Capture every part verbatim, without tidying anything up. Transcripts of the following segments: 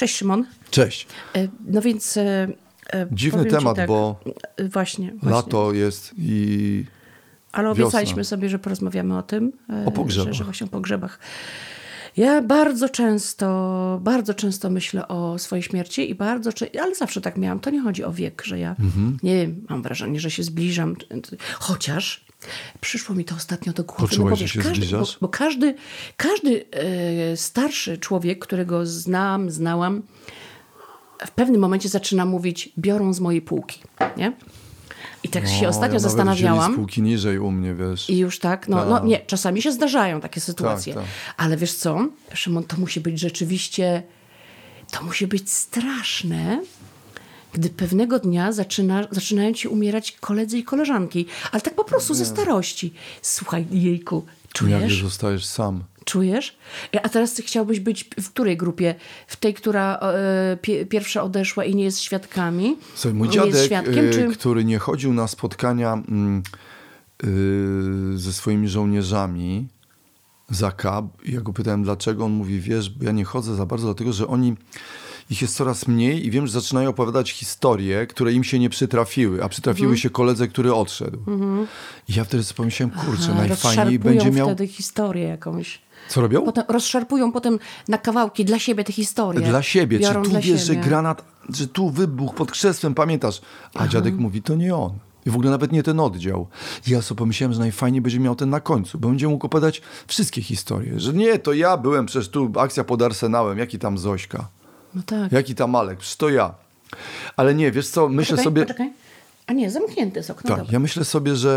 Cześć Szymon. Cześć. No więc... Dziwny temat, tak, bo właśnie, właśnie. lato jest i Ale obiecaliśmy wiosna. sobie, że porozmawiamy o tym. O pogrzebach. Że, że właśnie o pogrzebach. Ja bardzo często, bardzo często myślę o swojej śmierci i bardzo, ale zawsze tak miałam. To nie chodzi o wiek, że ja mhm. nie wiem, mam wrażenie, że się zbliżam. Chociaż przyszło mi to ostatnio do głowy. Poczułaś, no bo, że wiesz, się każdy, zbliżasz? Bo, bo każdy, każdy e, starszy człowiek, którego znam, znałam, w pewnym momencie zaczyna mówić, biorą z mojej półki, nie? I tak się O, ostatnio ja zastanawiałam. z półki niżej u mnie, wiesz. I już tak, no, no nie, czasami się zdarzają takie sytuacje. Tak, tak. Ale wiesz co, Szymon, to musi być rzeczywiście, to musi być straszne, gdy pewnego dnia zaczyna, zaczynają ci umierać koledzy i koleżanki. Ale tak po prostu ze starości. Słuchaj, jejku, czujesz? Jak zostajesz sam. Czujesz? A teraz ty chciałbyś być w której grupie? W tej, która e, pi- pierwsza odeszła i nie jest świadkami? Słuchaj, mój nie jest dziadek, świadkiem, y, czy... który nie chodził na spotkania y, y, ze swoimi żołnierzami za K, ja go pytałem dlaczego, on mówi, wiesz, ja nie chodzę za bardzo, dlatego, że oni, ich jest coraz mniej i wiem, że zaczynają opowiadać historie, które im się nie przytrafiły, a przytrafiły mhm. się koledze, który odszedł. Mhm. I ja wtedy sobie pomyślałem, kurczę, Aha, najfajniej będzie miał... wtedy historię jakąś. Co robią? Potem rozszarpują potem na kawałki dla siebie te historie. Dla siebie. Biorą Czy tu dla wiesz, siebie. że granat, że tu wybuch pod krzesłem, pamiętasz? A Aha. dziadek mówi, to nie on. I w ogóle nawet nie ten oddział. I ja sobie pomyślałem, że najfajniej będzie miał ten na końcu, bo będzie mógł opowiadać wszystkie historie. Że nie, to ja byłem przecież tu, akcja pod Arsenałem, jaki tam Zośka, No tak. jaki tam Alek, przecież to ja. Ale nie, wiesz co, myślę Poczekaj, sobie... Poczekaj. A nie, zamknięte jest okno. Tak, dobra. ja myślę sobie, że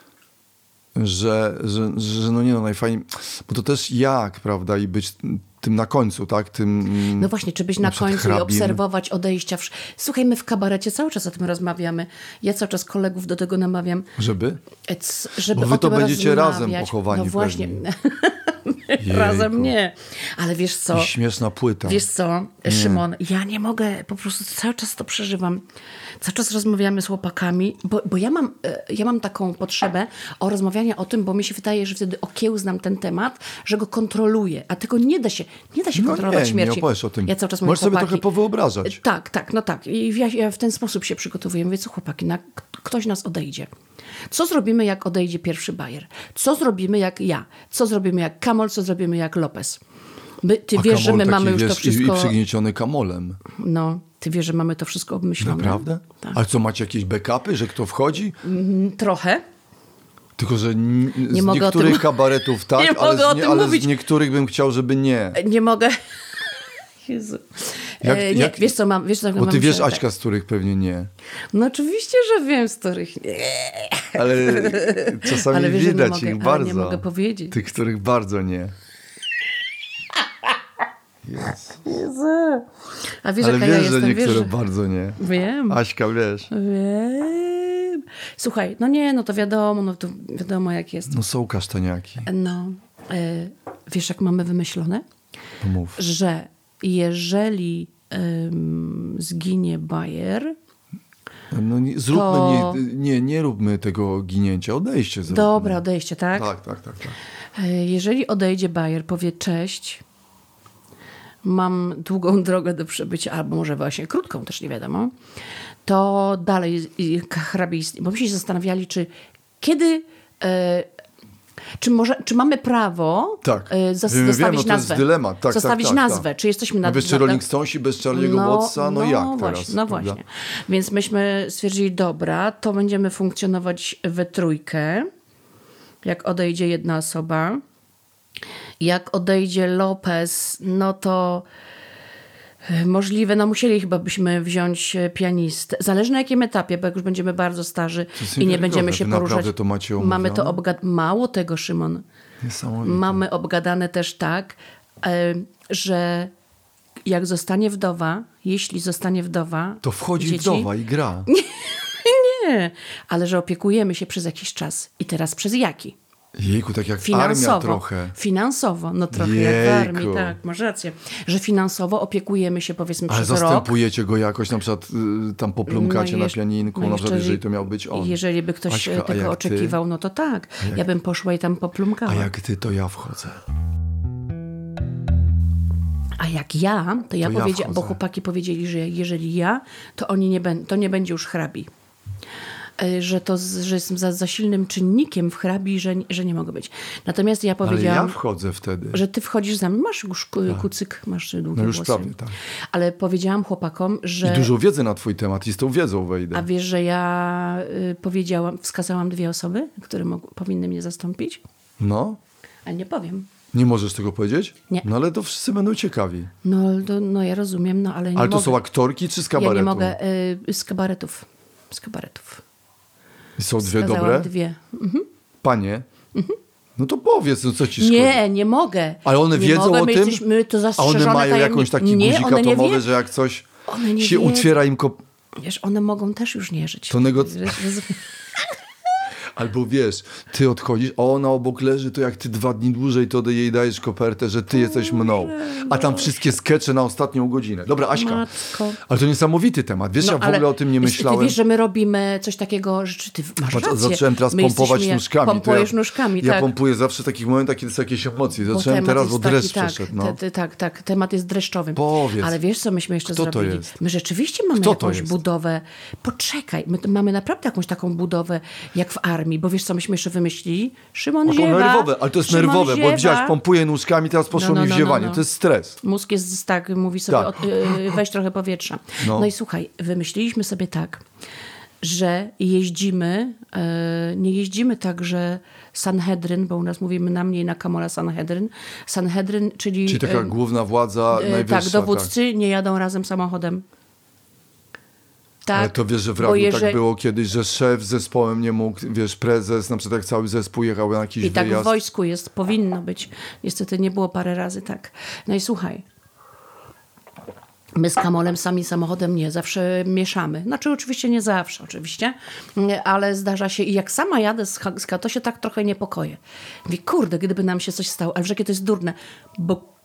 Że, że, że no nie no, najfajniej, bo to też jak, prawda, i być tym na końcu, tak, tym... No właśnie, czy być na, na przykład końcu hrabim. i obserwować odejścia. W... Słuchaj, my w kabarecie cały czas o tym rozmawiamy. Ja cały czas kolegów do tego namawiam. Żeby? Ec, żeby Bo wy o to tym będziecie rozmawiać. razem pochowani No właśnie. Jejku. Razem nie. Ale wiesz co? I śmieszna płyta. Wiesz co, Szymon, ja nie mogę, po prostu cały czas to przeżywam. Cały czas rozmawiamy z chłopakami, bo, bo ja, mam, ja mam taką potrzebę o rozmawiania o tym, bo mi się wydaje, że wtedy okiełznam ten temat, że go kontroluję, a tego nie da się, nie da się No kontrolować nie, śmierci. nie opowiesz o tym. Ja cały czas mówię, Możesz sobie chłopaki, trochę powyobrażać. Tak, tak, no tak. I ja, ja w ten sposób się przygotowuję. Mówię, co chłopaki, na, ktoś nas odejdzie. Co zrobimy, jak odejdzie pierwszy Bayer? Co zrobimy, jak ja? Co zrobimy, jak Kamol? Co zrobimy, jak Lopez? My, ty A wiesz, że my Kamol mamy taki, już wiesz, to wszystko... I, i przygnieciony Kamolem. No, ty wiesz, że mamy to wszystko obmyślone. Naprawdę? Tak. Ale co, macie jakieś backupy, że kto wchodzi? Mm, trochę. Tylko, że n- Nie z mogę o niektórych tym- kabaretów tak, Nie ale, mogę o z, nie, tym ale mówić. z niektórych bym chciał, żeby nie. Nie mogę... Jezu. Jak- e, nie, jak- wiesz co mam... Wiesz, co Bo mam ty wiesz, myślę, tak. Aśka, z których pewnie nie. No oczywiście, że wiem, z których nie. Ale czasami Ale wiesz, że nie widać mogę- ich ale bardzo. nie mogę powiedzieć. Tych, których bardzo nie. Yes. Jezu. A wiesz, Ale jaka wiesz, ja że jestem, niektóre wiesz, że... bardzo nie. Wiem. Aśka, wiesz. Wiem. Słuchaj, no nie, no to wiadomo, no to wiadomo jak jest. No są kasztaniaki. No, y, wiesz jak mamy wymyślone? No mów. Że jeżeli ym, zginie Bayer, No nie, zróbmy, To- nie, nie, nie róbmy tego ginięcia. Odejście zróbmy. dobra, odejście, tak? Tak, tak, tak, tak. Y, jeżeli odejdzie Bayer, powie cześć, mam długą drogę do przebycia, albo może właśnie krótką, też nie wiadomo, to dalej y, hrabia istnieje. Bo my się zastanawiali, czy kiedy... Y, Czy, może, czy mamy prawo Tak. y, zas- Wiem, wiem, zostawić no to nazwę? jest dylemat. Tak, zostawić tak, tak, nazwę. tak. Czy jesteśmy na... No wiesz, czy na- Rolling Stonesi bez Charlie'ego Wattsa? No, jak właśnie, teraz? No prawda? właśnie. Więc myśmy stwierdzili, dobra, to będziemy funkcjonować we trójkę, jak odejdzie jedna osoba. Jak odejdzie Lopez, no to e, możliwe, no musieli chyba byśmy wziąć e, pianistę. Zależy na jakim etapie, bo jak już będziemy bardzo starzy jest i nie niewiarygodne. będziemy się Wy poruszać. naprawdę to macie Mamy to omówione? obgadane. Mało tego, Szymon. Niesamowite. Mamy obgadane też tak, e, że jak zostanie wdowa, jeśli zostanie wdowa... To wchodzi dzieci, wdowa i gra. Nie, ale że opiekujemy się przez jakiś czas. I teraz przez jaki? Jejku, tak jak Finansowo. armia trochę. Finansowo, no trochę jak w armii, Jejku. tak, masz rację. Że finansowo opiekujemy się powiedzmy Ale przez rok. zastępujecie go jakoś, na przykład y, tam poplumkacie No na jeszcze- pianinku, no na przykład, jeszcze, jeżeli to miał być on. Jeżeli by ktoś Aśka, a tego jak oczekiwał, ty? no to tak. jak- Ja bym poszła i tam poplumkała. A jak ty, to ja wchodzę. A jak ja, to ja, To ja powiedziałam, bo wchodzę. chłopaki powiedzieli, że jeżeli ja, to oni nie będą, to nie będzie już hrabi. Y, Że to, z- że jestem za, za silnym czynnikiem w hrabi, że, że nie mogę być. Natomiast ja Ale powiedziałam, ja wchodzę wtedy. że ty wchodzisz za mną, masz już ku- kucyk, masz długie No już włosy. prawie, tak. Ale powiedziałam chłopakom, że... I dużo wiedzy na twój temat i z tą wiedzą wejdę. A wiesz, że ja y, powiedziałam, wskazałam dwie osoby, które mog- powinny mnie zastąpić? No, Ale nie powiem. nie możesz tego powiedzieć? Nie. No ale to wszyscy będą ciekawi. No, to, no ja rozumiem, no ale nie Ale to mogę. są aktorki czy z Ja kabaretu? nie mogę, y, z kabaretów. Z kabaretów. I są dwie Wskazałam dobre? dwie. Panie? No to powiedz, no co ci szkodzi? Nie, nie mogę. Ale one nie wiedzą mogę, o my tym? Jesteśmy to A zastrzeżone one mają tajemnic- jakąś taki nie, guzik one nie atomowy, wie- że jak coś One nie się wiedzą. utwiera im kop... Wiesz, one mogą też już nie żyć. To nego- Wiesz, roz- Albo wiesz, ty odchodzisz, a ona obok leży, to jak ty dwa dni dłużej, to jej dajesz kopertę, że ty jesteś mną. A tam wszystkie skecze na ostatnią godzinę. Dobra, Aśka, Matko. ale to niesamowity temat. Wiesz, No, ja w ale ogóle o tym nie jest- myślałem. Ty wiesz, że my robimy coś takiego, że ty masz Patrz, rację. zacząłem teraz My pompować jesteśmy jak- nóżkami. To Pompujesz ja, nóżkami, ja tak. pompuję zawsze w takich momentach, kiedy są jakieś emocje. Bo Zacząłem temat teraz, jest bo dreszcz taki, przeszedł. Tak, No. te- te- tak, tak. Temat jest dreszczowy. Powiedz. Ale wiesz, co myśmy jeszcze Kto to zrobili? jest? My rzeczywiście mamy Kto to jakąś jest? budowę. Poczekaj, my to mamy naprawdę jakąś taką budowę, jak w armii. Bo wiesz, co myśmy jeszcze wymyślili? Szymon To ziewa. nerwowe, ale to jest Szymon nerwowe, ziewa. bo wziąłeś, pompuję nóżkami, teraz poszło No, no, mi w no, no, ziewanie. no. To jest stres. Mózg jest tak, mówi sobie, Tak. od, y, weź trochę powietrza. No. No. i słuchaj, wymyśliliśmy sobie tak, że jeździmy, e, nie jeździmy tak, że Sanhedryn, bo u nas mówimy na mnie i na Kamola Sanhedryn. Sanhedryn, czyli... Czyli taka e, główna władza e, najwyższa. Tak, dowódcy nie jadą razem samochodem. Tak, Ale to wiesz, że w bo radiu jeżeli- tak było kiedyś, że szef z zespołem nie mógł, wiesz, prezes, na przykład jak cały zespół jechał na jakiś I tak w wyjazd. wojsku jest, powinno być. Niestety nie było parę razy tak. No i słuchaj. My z Kamolem sami samochodem nie, zawsze mieszamy. Znaczy oczywiście nie zawsze, oczywiście, ale zdarza się i jak sama jadę z Haska, to się tak trochę niepokoję. Mówię, kurde, gdyby nam się coś stało, ale że jakie to jest durne, bo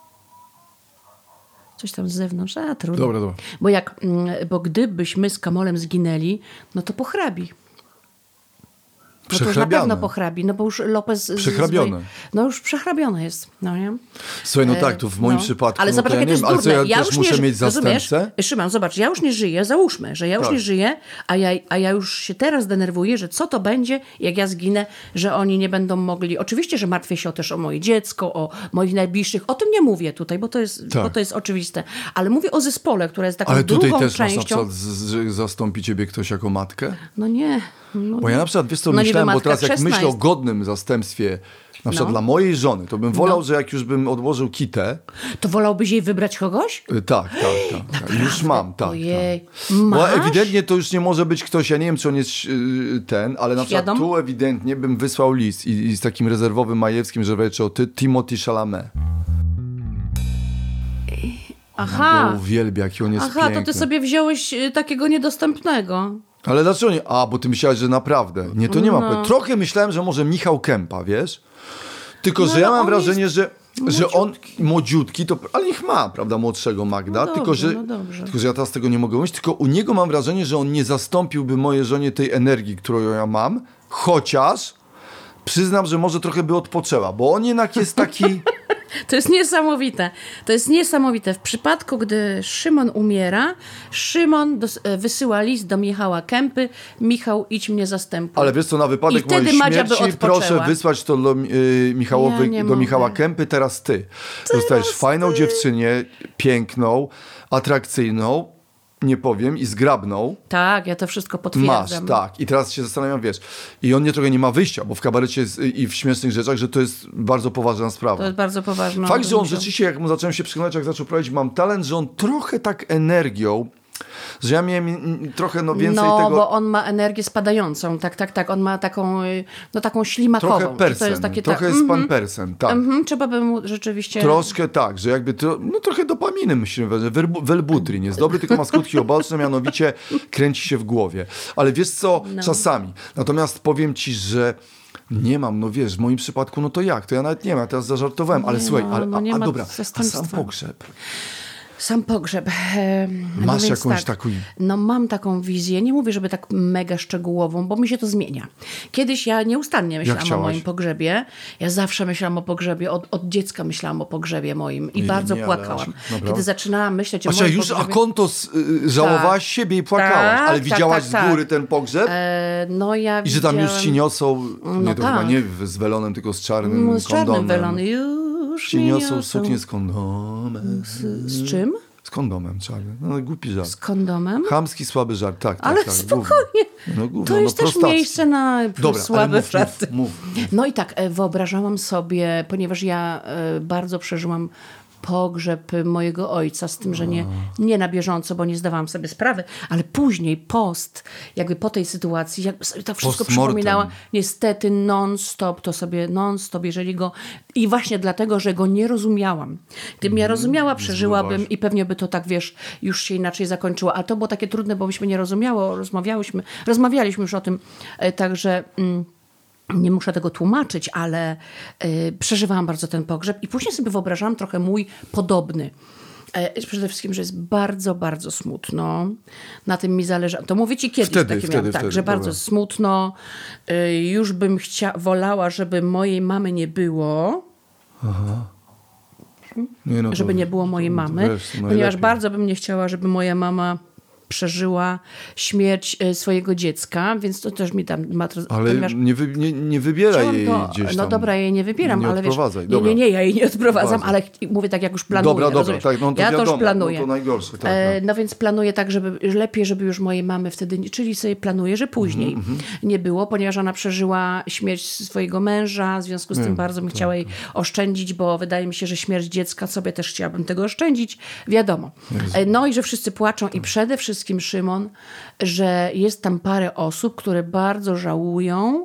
coś tam z zewnątrz, a trudno. Dobra, dobra. Bo, jak, bo gdybyśmy z Kamolem zginęli, no to pochrabi. No to już na Przechrabiane. pewno pochrabi, no bo już Lopez... z- Przechrabione. z- No już przechrabione jest, no nie? Słuchaj, no tak, to w moim No. przypadku, Ale no zobacz, to ja jakie nie to wiem, jest ale co, durne. ja, też już muszę nie, mieć rozumiesz? zastępcę? Szymon, zobacz, ja już nie żyję, załóżmy, że ja już Tak. nie żyję, a ja, a ja już się teraz denerwuję, że co to będzie, jak ja zginę, że oni nie będą mogli... Oczywiście, że martwię się też o moje dziecko, o moich najbliższych. O tym nie mówię tutaj, bo to jest, Tak. bo to jest oczywiste. Ale mówię o zespole, która jest taką Ale tutaj drugą też masz na częścią. przykład, z, z, zastąpi ciebie ktoś jako matkę? No nie. No, Bo ja na przykład, wiesz co, No niby myślałem, bo matka teraz jak chrzestna myślę jest. o godnym zastępstwie, na przykład No. dla mojej żony, to bym wolał, No. że jak już bym odłożył kitę, To wolałbyś jej wybrać kogoś? y, tak, tak, tak, tak. Już mam, tak. Ojej. tak. Bo Masz? ewidentnie to już nie może być ktoś, ja nie wiem, czy on jest y, ten, ale na przykład Świadom? tu ewidentnie bym wysłał list i, i z takim rezerwowym majewskim, że wiecie o ty, Timothy Chalamet. Aha. Go uwielbia, jaki on jest Aha, piękny. to ty sobie wziąłeś y, takiego niedostępnego. Ale dlaczego nie? A, bo ty myślałeś, że naprawdę. Nie, to nie ma. No. Trochę myślałem, że może Michał Kępa, wiesz? Tylko, No, że ale ja mam on wrażenie, jest że, że on młodziutki, to, ale niech ma, prawda, młodszego Magda, No tylko, dobrze, że, no dobrze. tylko, że ja teraz tego nie mogę mówić, tylko u niego mam wrażenie, że on nie zastąpiłby mojej żonie tej energii, którą ja mam, chociaż przyznam, że może trochę by odpoczęła, bo on jednak jest taki... To jest niesamowite. To jest niesamowite. W przypadku, gdy Szymon umiera, Szymon dos- e, wysyła list do Michała Kępy. Michał, idź mnie zastępuj. Ale wiesz co, na wypadek I wtedy mojej Madzia by śmierci odpoczęła. proszę wysłać to do, y, Michałowi, Ja nie do mogę. Michała Kępy, teraz ty. Dostajesz fajną dziewczynie, piękną, atrakcyjną, nie powiem, i zgrabną. Tak, ja to wszystko Masz, potwierdzam. tak. I teraz się zastanawiam, wiesz, i on nie trochę nie ma wyjścia, bo w kabarecie jest, i w śmiesznych rzeczach, że to jest bardzo poważna sprawa. To jest bardzo poważne. Fakt, że on rzeczywiście, jak mu zacząłem się przyglądać, jak zaczął prowadzić, mam talent, że on trochę tak energią, że ja miałem mm, trochę no, więcej no, tego... bo on ma energię spadającą. Tak, tak, tak. On ma taką, y, no, taką ślimakową. Trochę person, To jest takie, trochę tak, jest pan mhm, person, tak. mhm, trzeba by mu rzeczywiście... Troszkę tak, że jakby to, no trochę dopaminy myślę, że werbu- Welbutrin jest dobry, tylko ma skutki oboczne, mianowicie kręci się w głowie. Ale wiesz co, No. czasami. Natomiast powiem ci, że nie mam, no wiesz, w moim przypadku, no to jak? To ja nawet nie mam, ja teraz zażartowałem, ale Nie słuchaj, no, ale, no a, nie a ma dobra, a sam zastępstwa. pogrzeb. Sam pogrzeb. No Masz więc jakąś tak, taką... No mam taką wizję. Nie mówię, żeby tak mega szczegółową, bo mi się to zmienia. Kiedyś ja nieustannie myślałam o moim pogrzebie. Ja zawsze myślałam o pogrzebie. Od, od dziecka myślałam o pogrzebie moim i nie, bardzo nie, płakałam. Aż, Kiedy zaczynałam myśleć o Asia, moim już pogrzebie... a kontos y, żałowałaś tak. siebie i płakałaś, tak, ale tak, widziałaś tak, tak, z góry ten pogrzeb? E, no ja I że tam widziałem... już ci niosą, no nie, to tak. chyba nie z welonem, tylko z czarnym no, z kondomem. Z czarnym welonem. Już ci niosą suknię z kondomem. Z, z czym? Z kondomem czarnym. No głupi żart. Z kondomem? Chamski, słaby żart, tak. tak ale tak, spokojnie. No, gówno, to jest no, też miejsce na Dobra, słabe mów, żarty. Mów, mów, mów. No i tak, wyobrażałam sobie, ponieważ ja bardzo przeżyłam pogrzeb mojego ojca, z tym, że nie, nie na bieżąco, bo nie zdawałam sobie sprawy, ale później, post, jakby po tej sytuacji, jak sobie to wszystko przypominała, niestety non-stop, to sobie non-stop, jeżeli go... I właśnie dlatego, że go nie rozumiałam. Gdybym ja rozumiała, przeżyłabym i pewnie by to tak, wiesz, już się inaczej zakończyło. A to było takie trudne, bo myśmy nie rozumiało, rozmawiałyśmy, rozmawialiśmy już o tym, także... Mm, nie muszę tego tłumaczyć, ale y, przeżywałam bardzo ten pogrzeb i później sobie wyobrażałam trochę mój podobny. E, przede wszystkim, że jest bardzo, bardzo smutno. Na tym mi zależy. To mówię ci kiedyś wtedy, takie wtedy, miałam, wtedy, tak, że dobra. bardzo smutno. Y, już bym chcia, wolała, żeby mojej mamy nie było. Aha. Nie, no to, żeby nie było mojej mamy. Wiesz, ponieważ bardzo bym nie chciała, żeby moja mama przeżyła śmierć swojego dziecka, więc to też mi tam... Ma, ale ponieważ nie, wy, nie, nie wybiera jej to, gdzieś tam. No dobra, ja jej nie wybieram, nie ale wiesz... Dobra. Nie, nie, nie, ja jej nie odprowadzam, ale mówię tak, jak już planuję. Dobra, dobra, tak, no to ja wiadomo, to już planuję. No to najgorsze. Tak, e, no. no więc planuję tak, żeby lepiej, żeby już mojej mamy wtedy... Czyli sobie planuję, że później mm-hmm. nie było, ponieważ ona przeżyła śmierć swojego męża, w związku z tym mm, bardzo bym tak, chciała jej tak. oszczędzić, bo wydaje mi się, że śmierć dziecka, sobie też chciałabym tego oszczędzić. Wiadomo. E, no i że wszyscy płaczą tak. i przede wszystkim Szymon, że jest tam parę osób, które bardzo żałują,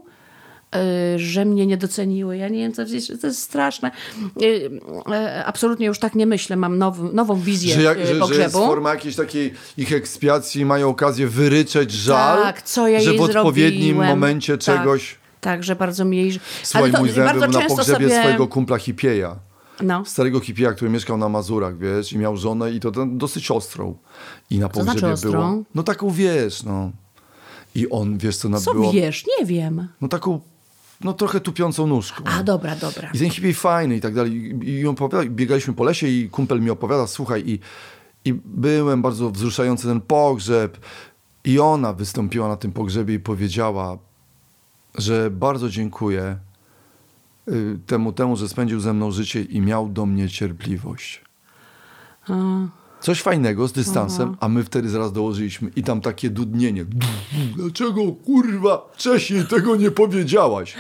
że mnie nie doceniły. Ja nie wiem, to jest, to jest straszne. Absolutnie już tak nie myślę. Mam now, nową wizję że jak, że, pogrzebu. Że jest forma jakiejś takiej ich ekspiacji, mają okazję wyryczeć żal, tak, co ja że jej w odpowiednim zrobiłem. momencie tak, czegoś... Tak, że bardzo mi jej... Słuchaj, to, mój znajomy był na pogrzebie sobie... swojego kumpla hipieja. No. Starego hipieja, który mieszkał na Mazurach, wiesz, i miał żonę i to ten, dosyć ostrą. I na co pogrzebie znaczy ostrą? było... No taką, wiesz, no... I on, wiesz, co nabyło... Co wiesz? Nie wiem. No taką, no trochę tupiącą nóżką. A, dobra, dobra. I ten hippie fajny i tak dalej. I, i on opowiada, biegaliśmy po lesie i kumpel mi opowiada, słuchaj, i, i byłem bardzo wzruszający ten pogrzeb. I ona wystąpiła na tym pogrzebie i powiedziała, że bardzo dziękuję y, temu, temu, że spędził ze mną życie i miał do mnie cierpliwość. A. Coś fajnego z dystansem, Aha. a my wtedy zaraz dołożyliśmy i tam takie dudnienie. Dlaczego, kurwa, wcześniej tego nie powiedziałaś?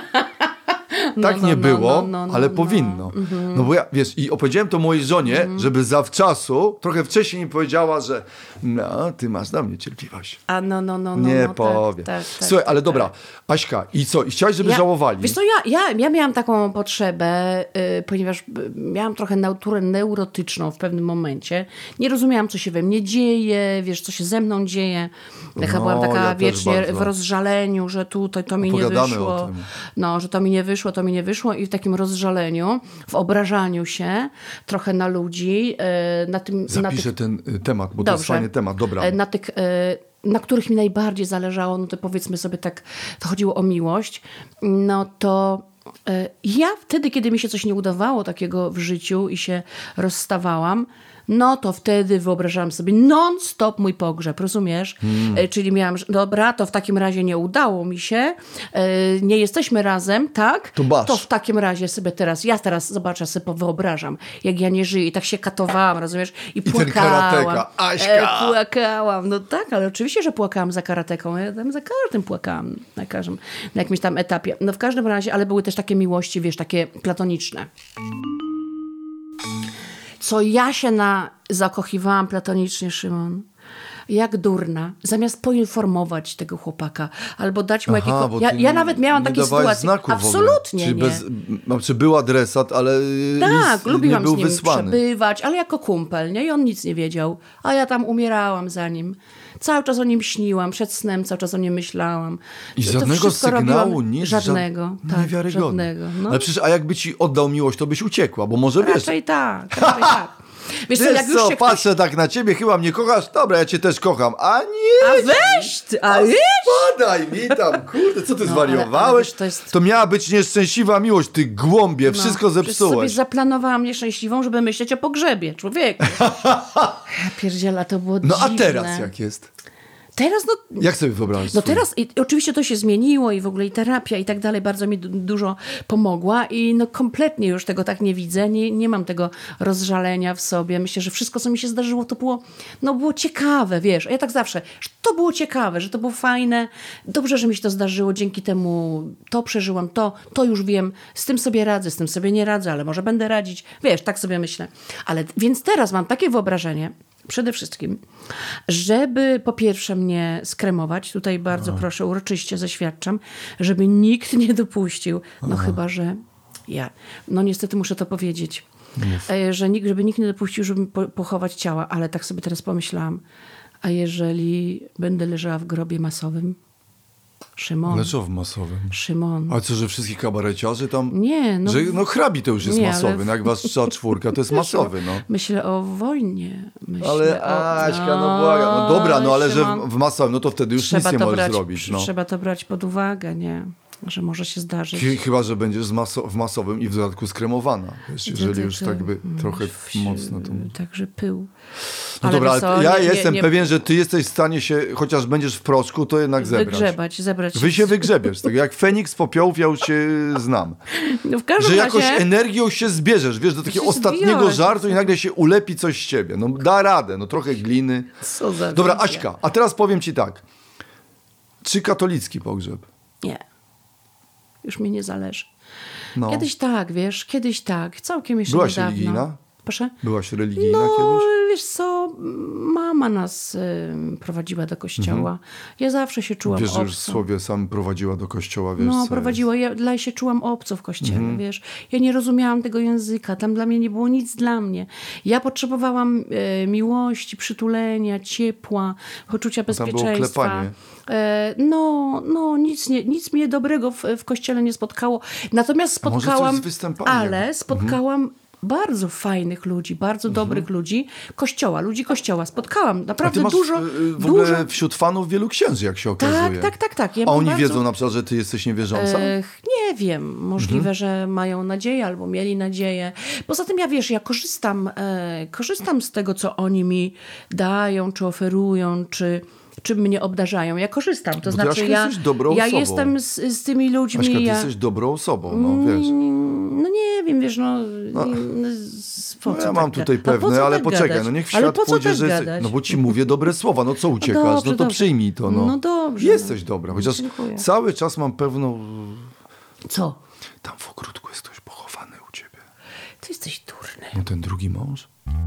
No, tak no, nie no, było, no, no, no, ale no. powinno. Mhm. No bo ja, wiesz, i opowiedziałem to mojej żonie, mhm. żeby zawczasu, trochę wcześniej mi powiedziała, że no, ty masz na mnie cierpliwość. A no, no, no. no nie no, powiem. Tak, tak, Słuchaj, tak, ale tak. dobra, Aśka, i co? I chciałaś, żeby ja, żałowali? Wiesz co, ja, ja, ja miałam taką potrzebę, yy, ponieważ miałam trochę naturę neurotyczną w pewnym momencie. Nie rozumiałam, co się we mnie dzieje, wiesz, co się ze mną dzieje. Taka no, byłam taka ja wiecznie w rozżaleniu, że tutaj to mi nie wyszło. No, że to mi nie wyszło, to mi nie wyszło i w takim rozżaleniu, w obrażaniu się trochę na ludzi. Yy, na tym, Zapiszę na tych... ten y, temat, bo Dobrze. to jest fajny temat. Dobra. Na tych... Yy, na których mi najbardziej zależało, no to powiedzmy sobie tak, to chodziło o miłość, no to y, ja wtedy, kiedy mi się coś nie udawało takiego w życiu i się rozstawałam, no to wtedy wyobrażałam sobie non-stop mój pogrzeb, rozumiesz? Hmm. Czyli miałam, dobra, to w takim razie nie udało mi się, nie jesteśmy razem, tak? To basz. To w takim razie sobie teraz, ja teraz zobaczę, sobie wyobrażam, jak ja nie żyję i tak się katowałam, rozumiesz? I, I płakałam. ten karateka, Aśka! E, płakałam, no tak, ale oczywiście, że płakałam za karateką, ja tam za każdym płakałam, na każdym, na jakimś tam etapie. No w każdym razie, ale były też takie miłości, wiesz, takie platoniczne. Co ja się na zakochiwałam platonicznie, Szymon, jak durna, zamiast poinformować tego chłopaka, albo dać mu jakiegoś... Ja, ja nawet miałam takie sytuacje. Absolutnie Czyli nie. Bez, znaczy był adresat, ale tak, list lubiłam nie był z nim wysłany. przebywać, ale jako kumpel, nie? I on nic nie wiedział. A ja tam umierałam za nim. Cały czas o nim śniłam, przed snem cały czas o nim myślałam. I to żadnego sygnału, nic. Żadnego. Żad... Tak, niewiarygodne. żadnego. No. Ale przecież, a jakby ci oddał miłość, to byś uciekła, bo może wiesz... Raczej tak, raczej tak. Wiesz co, Wiesz jak już co, się patrzę tak na ciebie, chyba mnie kochasz? Dobra, ja cię też kocham. A nie! A weź ty, a weź! Podaj mi tam, kurde, co ty No, zwariowałeś? ale- ale wiesz, to jest- To miała być nieszczęśliwa miłość, ty głąbie, wszystko No, przecież sobie zepsułeś. zaplanowałam nieszczęśliwą, żeby myśleć o pogrzebie, człowieku. Ja pierdziela, to było No a dziwne. teraz jak jest? Teraz, no... Jak sobie wyobrażasz No swój- teraz i, oczywiście to się zmieniło i w ogóle i terapia i tak dalej bardzo mi du- dużo pomogła i no kompletnie już tego tak nie widzę, nie, nie mam tego rozżalenia w sobie. Myślę, że wszystko, co mi się zdarzyło, to było, no było ciekawe, wiesz. A ja tak zawsze, że to było ciekawe, że to było fajne. Dobrze, że mi się to zdarzyło, dzięki temu to przeżyłam, to, to już wiem, z tym sobie radzę, z tym sobie nie radzę, ale może będę radzić. Wiesz, tak sobie myślę. Ale więc teraz mam takie wyobrażenie, przede wszystkim, żeby po pierwsze mnie skremować, tutaj bardzo No. proszę, uroczyście zaświadczam, żeby nikt nie dopuścił, no chyba, że ja, no niestety muszę to powiedzieć, e, że nikt, żeby nikt nie dopuścił, żeby po, pochować ciała, ale tak sobie teraz pomyślałam, a jeżeli będę leżała w grobie masowym? Szymon. Ale co w masowym? Szymon. A co, że wszystkich kabareciarzy tam... Nie, no... Że, no hrabi to już jest Nie, masowy, ale- no jak wasza czwórka, to jest masowy, no. Myślę o wojnie. Myślę Ale o... Aśka, no błaga. No dobra, no ale że Szymon. w, w masowym, no to wtedy już nic nie to możesz brać, zrobić, no. Trzeba to brać pod uwagę, nie? Że może się zdarzyć. Chy- Chyba, że będziesz z maso- w masowym i w dodatku skremowana. Wiesz, jeżeli To- to- już to- tak by trochę w- mocno to... Także pył. No Ale dobra, wiesz ale co, ja nie- nie- jestem nie- pewien, że ty jesteś w stanie się, chociaż będziesz w proszku, to jednak zebrać. Wygrzebać, zebrać. Wy się wygrzebiesz. Tak jak Feniks z popiołów, ja już cię znam. No w każdym Że razie... jakoś energią się zbierzesz, wiesz, do takiego się ostatniego zbiorę, żartu i nagle się ulepi coś z ciebie. No da radę, no trochę gliny. Co za Dobra, wizja. Aśka, a teraz powiem ci tak. Czy katolicki pogrzeb? Nie. Już mi nie zależy. No. Kiedyś tak, wiesz, kiedyś tak. Całkiem jeszcze Byłaś niedawno. religijna? Proszę? Byłaś religijna No, kiedyś? wiesz co, mama nas y, prowadziła do kościoła. Ja zawsze się czułam Wiesz, że już w obco. słowie sam prowadziła do kościoła, wiesz, No, co prowadziła. Ja dla się czułam obco w kościele, wiesz. Ja nie rozumiałam tego języka. Tam dla mnie nie było nic dla mnie. Ja potrzebowałam e, miłości, przytulenia, ciepła, poczucia tam było bezpieczeństwa. klepanie. E, no, no nic, nie, nic mnie dobrego w, w kościele nie spotkało. Natomiast A może coś spotkałam, z występami ale jakby? spotkałam bardzo fajnych ludzi, bardzo Mhm. dobrych ludzi. Kościoła, ludzi kościoła. Spotkałam A ty naprawdę masz dużo, y, w dużo... ogóle wśród fanów wielu księży, jak się okazuje. Tak, tak, tak, tak. Ja A mam oni bardzo... wiedzą na przykład, że ty jesteś niewierząca? Ech, nie wiem, możliwe, Mhm. że mają nadzieję albo mieli nadzieję. Poza tym ja wiesz, ja korzystam, e, korzystam z tego, co oni mi dają, czy oferują, czy czym mnie obdarzają. Ja korzystam, to ty, znaczy Aśka, ja, jesteś dobrą ja osobą. jestem z, z tymi ludźmi. Aśka, ty ja... jesteś dobrą osobą, no wiesz. No nie wiem, wiesz, no... no, po No co ja tak mam ga- tutaj no po pewne, co ale tak poczekaj, gadać? no niech w Ale świat po co pójdzie, tak że... gadać? No bo ci mówię dobre słowa, no co uciekasz? Dobrze, no to dobrze. przyjmij to, no. No dobrze, Jesteś no. dobra, chociaż Dziękuję. cały czas mam pewną... Co? Tam w ogródku jest ktoś pochowany u ciebie. Ty jesteś durny. No ten drugi mąż?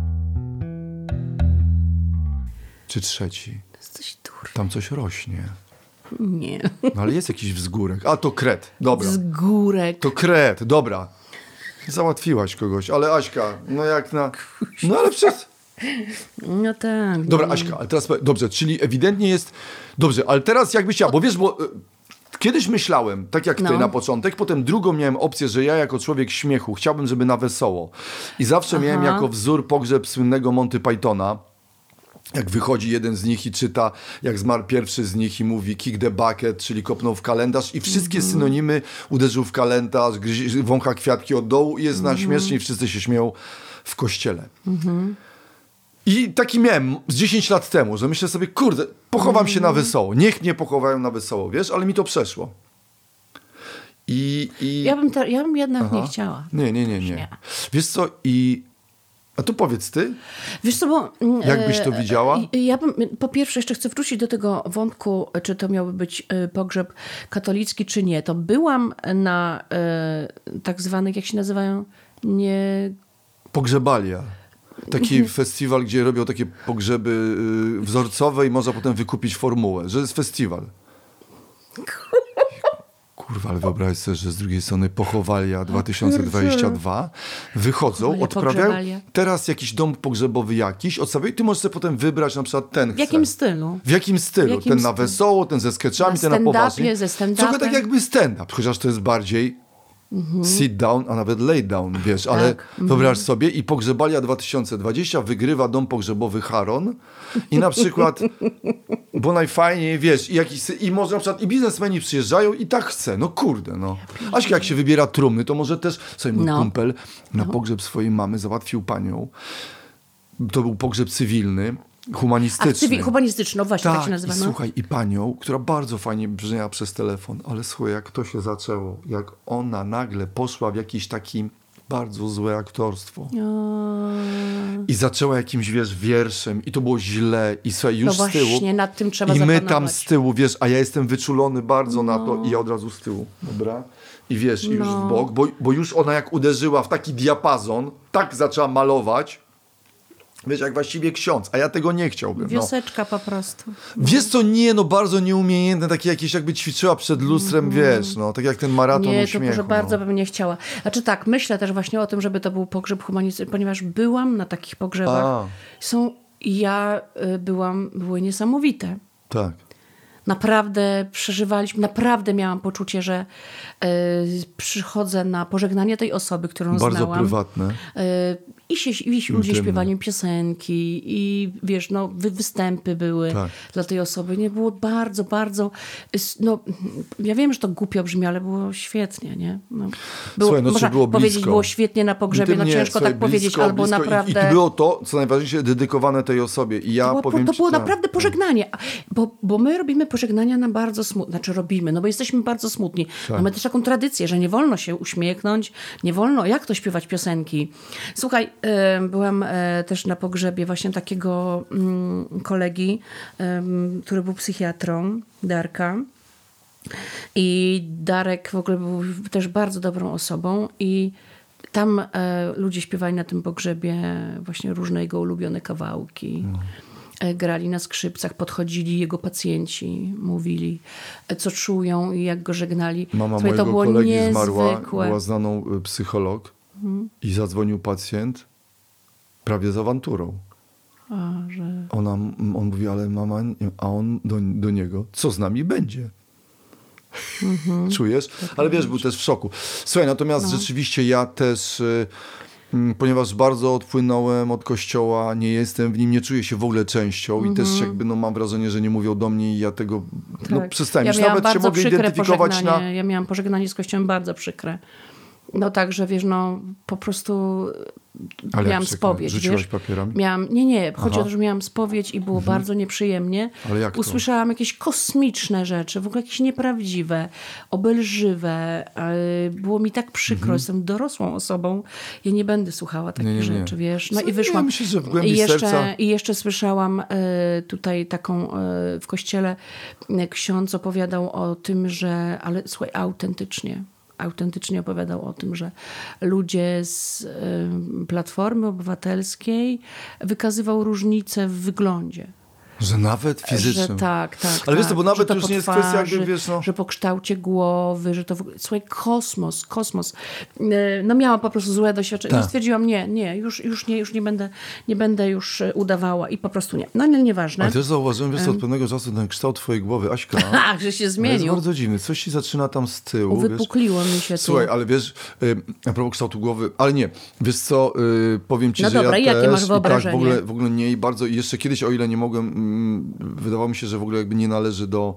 Czy trzeci? Ty jesteś durny. Tam coś rośnie. Nie. No ale jest jakiś wzgórek. A, to kret. Dobra. Z górek. To kret, dobra. Załatwiłaś kogoś, ale Aśka, no jak na... No ale przez... No tak. Dobra, no. Aśka, ale teraz... powiem- Dobrze, czyli ewidentnie jest... Dobrze, ale teraz jakbyś chciała, bo wiesz, bo... e, Kiedyś myślałem, tak jak ty No. na początek, potem drugą miałem opcję, że ja jako człowiek śmiechu chciałbym, żeby na wesoło. I zawsze Aha. miałem jako wzór pogrzeb słynnego Monty Pythona. Jak wychodzi jeden z nich i czyta, jak zmarł pierwszy z nich i mówi kick the bucket, czyli kopnął w kalendarz i wszystkie Mhm. synonimy uderzył w kalendarz, gryzie, wącha kwiatki od dołu i jest Mhm. na śmiesznie i wszyscy się śmieją w kościele. I taki miałem z dziesięć lat temu, że myślę sobie, kurde, pochowam się Mhm. na wesoło. Niech mnie pochowają na wesoło, wiesz, ale mi to przeszło. I... i... Ja bym, te, ja bym jednak Aha. nie chciała. Nie, nie, nie, nie. Nie. Wiesz co, i... A to powiedz ty, Wiesz co, bo... Jak byś to widziała? e, Ja bym, po pierwsze, jeszcze chcę wrócić do tego wątku, czy to miałby być e, pogrzeb katolicki, czy nie. To byłam na e, tak zwanych, jak się nazywają, nie... Pogrzebalia. Taki festiwal, gdzie robią takie pogrzeby y, wzorcowe i można potem wykupić formułę, że jest festiwal. Kurwa, ale wyobraź sobie, że z drugiej strony Pochowalia dwa tysiące dwadzieścia dwa wychodzą, Pochowalia, odprawiają pogrzebalia. teraz jakiś dom pogrzebowy jakiś, odstawiają i ty możesz sobie potem wybrać na przykład ten W jakim chcę. stylu? W jakim stylu? W jakim ten na stylu? wesoło, ten ze sketchami, Na ten na stand-upie, poważnie. ze stand-upem. Trochę tak jakby stand-up, chociaż to jest bardziej Mhm. Sit down, a nawet lay down, wiesz, ale tak. wyobraź sobie i Pogrzebalia dwa tysiące dwadzieścia wygrywa dom pogrzebowy Haron i na przykład, bo najfajniej, wiesz, i, jakiś, i może na przykład i biznesmeni przyjeżdżają i tak chce, no kurde, no. Aśka jak się wybiera trumny, to może też, sobie mój no. kumpel na no. pogrzeb swojej mamy załatwił panią, to był pogrzeb cywilny, humanistyczny. Cywil, humanistyczny, no właśnie, tak, tak się nazywa. I no. słuchaj, i panią, która bardzo fajnie brzmiała przez telefon, ale słuchaj, jak to się zaczęło, jak ona nagle poszła w jakiś taki bardzo złe aktorstwo. O... I zaczęła jakimś, wiesz, wierszem i to było źle i słuchaj, już no z tyłu. właśnie, nad tym trzeba I my zapanować. tam z tyłu, wiesz, a ja jestem wyczulony bardzo no. na to i ja od razu z tyłu, dobra? I wiesz, no. już w bok, bo, bo już ona jak uderzyła w taki diapazon, tak zaczęła malować, wiesz, jak właściwie ksiądz, a ja tego nie chciałbym. Wioseczka no. po prostu. Wiesz co, nie, no bardzo nieumiejętne, takie jakieś jakby ćwiczyła przed lustrem, mm. wiesz, no, tak jak ten maraton nie, uśmiechu. Nie, to może bardzo no. bym nie chciała. Znaczy tak, myślę też właśnie o tym, żeby to był pogrzeb humanistyczny, ponieważ byłam na takich pogrzebach. A. Są, ja y, byłam, były niesamowite. Tak. Naprawdę przeżywaliśmy, naprawdę miałam poczucie, że y, przychodzę na pożegnanie tej osoby, którą bardzo znałam. Bardzo prywatne. Y, I, się, i ludzie śpiewali piosenki i wiesz, no wy, występy były tak. dla tej osoby. Nie było bardzo, bardzo no ja wiem, że to głupio brzmi, ale było świetnie, nie? No, było, słuchaj, no można było powiedzieć, blisko. było świetnie na pogrzebie, no nie, ciężko słuchaj, tak blisko, powiedzieć, albo blisko. naprawdę... I, I było to, co najważniejsze, dedykowane tej osobie. I ja to było, powiem to ci, było tak. naprawdę pożegnanie, bo, bo my robimy pożegnania na bardzo smutne, znaczy robimy, no bo jesteśmy bardzo smutni. Tak. Mamy też taką tradycję, że nie wolno się uśmiechnąć, nie wolno, jak to śpiewać piosenki. Słuchaj, y, byłam y, też na pogrzebie właśnie takiego y, kolegi, y, który był psychiatrą, Darka. I Darek w ogóle był też bardzo dobrą osobą i tam y, ludzie śpiewali na tym pogrzebie właśnie różne jego ulubione kawałki. No. Grali na skrzypcach, podchodzili jego pacjenci, mówili, co czują i jak go żegnali. Mama Słuchaj, mojego to było kolegi niezwykłe. zmarła, była znaną psycholog mhm. i zadzwonił pacjent prawie z awanturą. A, że... Ona, on mówi, ale mama, a on do, do niego, co z nami będzie? Mhm. Czujesz? Tak ale wiesz, był też w szoku. Słuchaj, natomiast no. rzeczywiście ja też... Y, ponieważ bardzo odpłynąłem od kościoła, nie jestem w nim, nie czuję się w ogóle częścią mm-hmm. i też jakby no, mam wrażenie, że nie mówią do mnie i ja tego tak. no, przestałem. Ja Już nawet się mogę identyfikować na... Ja miałam pożegnanie z kościołem bardzo przykre. No tak, że wiesz, no po prostu ale miałam spowiedź. Rzuciłaś wiesz? papierami? Miałam, nie, nie. Chodzi Aha. o to, że miałam spowiedź i było mhm. bardzo nieprzyjemnie. Ale jak to? Usłyszałam jakieś kosmiczne rzeczy, w ogóle jakieś nieprawdziwe, obelżywe. Było mi tak przykro, mhm. jestem dorosłą osobą. Ja nie będę słuchała takich nie, nie, nie. rzeczy, wiesz. No Co, i wyszłam. Nie, myślę, że w głębi I jeszcze, serca... I jeszcze słyszałam y, tutaj taką y, w kościele y, ksiądz opowiadał o tym, że, ale słuchaj, autentycznie. autentycznie opowiadał o tym, że ludzie z y, Platformy Obywatelskiej wykazywał różnice w wyglądzie. Że nawet fizycznym. Że tak, tak. Ale wiesz, tak, bo nawet to już nie jest twarzy, kwestia jakby, wiesz, no... że po kształcie głowy, że to... W... Słuchaj, kosmos, kosmos. No miałam po prostu złe doświadczenie. Tak. Stwierdziłam, nie, nie, już, już nie, już nie będę, nie będę już udawała i po prostu nie. No ale nieważne. Ale też zauważyłem, wiesz, od pewnego czasu ten kształt twojej głowy, Aśka. Ach, że się zmienił. To jest bardzo dziwny. Coś ci zaczyna tam z tyłu. Uwypukliło wiesz? mi się tu. Słuchaj, ale wiesz, y, a propos kształtu głowy, ale nie, wiesz co, y, powiem ci, no że dobra, ja jakie też masz wyobrażenie? I tak w ogóle, w ogóle nie i bardzo, i jeszcze kiedyś, o ile nie mogłem, mm, wydawało mi się, że w ogóle jakby nie należy do,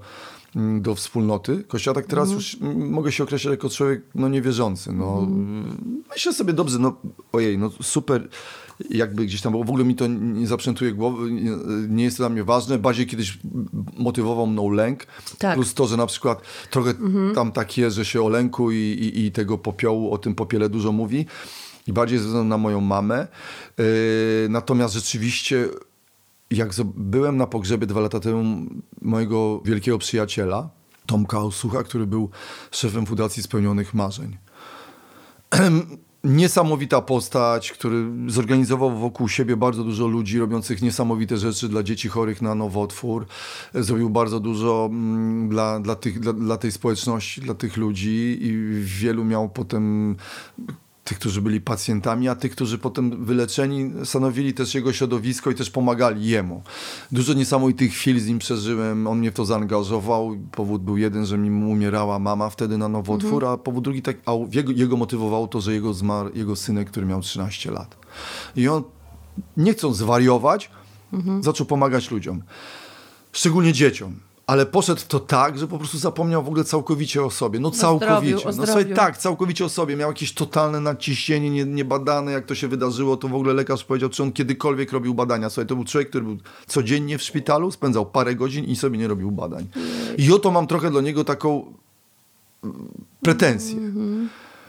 do wspólnoty Kościoła. Tak teraz mm. już mogę się określać jako człowiek no, niewierzący. No, mm. Myślę sobie, dobrze, no ojej, no super, jakby gdzieś tam, bo w ogóle mi to nie zaprzętuje głowy, nie, nie jest to dla mnie ważne. Bardziej kiedyś motywował mną lęk. Tak. Plus to, że na przykład trochę mm-hmm. tam tak jest, że się o lęku i, i, i tego popiołu, o tym popiele dużo mówi. I bardziej ze względu na moją mamę. Yy, natomiast rzeczywiście jak byłem na pogrzebie dwa lata temu mojego wielkiego przyjaciela, Tomka Osucha, który był szefem Fundacji Spełnionych Marzeń. Niesamowita postać, który zorganizował wokół siebie bardzo dużo ludzi robiących niesamowite rzeczy dla dzieci chorych na nowotwór. Zrobił bardzo dużo mm, dla, dla, tych, dla, dla tej społeczności, dla tych ludzi i wielu miał potem tych, którzy byli pacjentami, a tych, którzy potem wyleczeni stanowili też jego środowisko i też pomagali jemu. Dużo niesamowitych chwil z nim przeżyłem, on mnie w to zaangażował. Powód był jeden, że mi umierała mama wtedy na nowotwór, mhm. a powód drugi, tak, a jego, jego motywowało to, że jego zmarł jego synek, który miał trzynaście lat. I on, nie chcąc zwariować, mhm. zaczął pomagać ludziom. Szczególnie dzieciom. Ale poszedł to tak, że po prostu zapomniał w ogóle całkowicie o sobie. No całkowicie. Ozdrowił, no sobie tak, całkowicie o sobie. Miał jakieś totalne nadciśnienie, nie, niebadane, jak to się wydarzyło. To w ogóle lekarz powiedział, czy on kiedykolwiek robił badania. Słuchaj, to był człowiek, który był codziennie w szpitalu, spędzał parę godzin i sobie nie robił badań. I oto mam trochę do niego taką pretensję. Mm-hmm.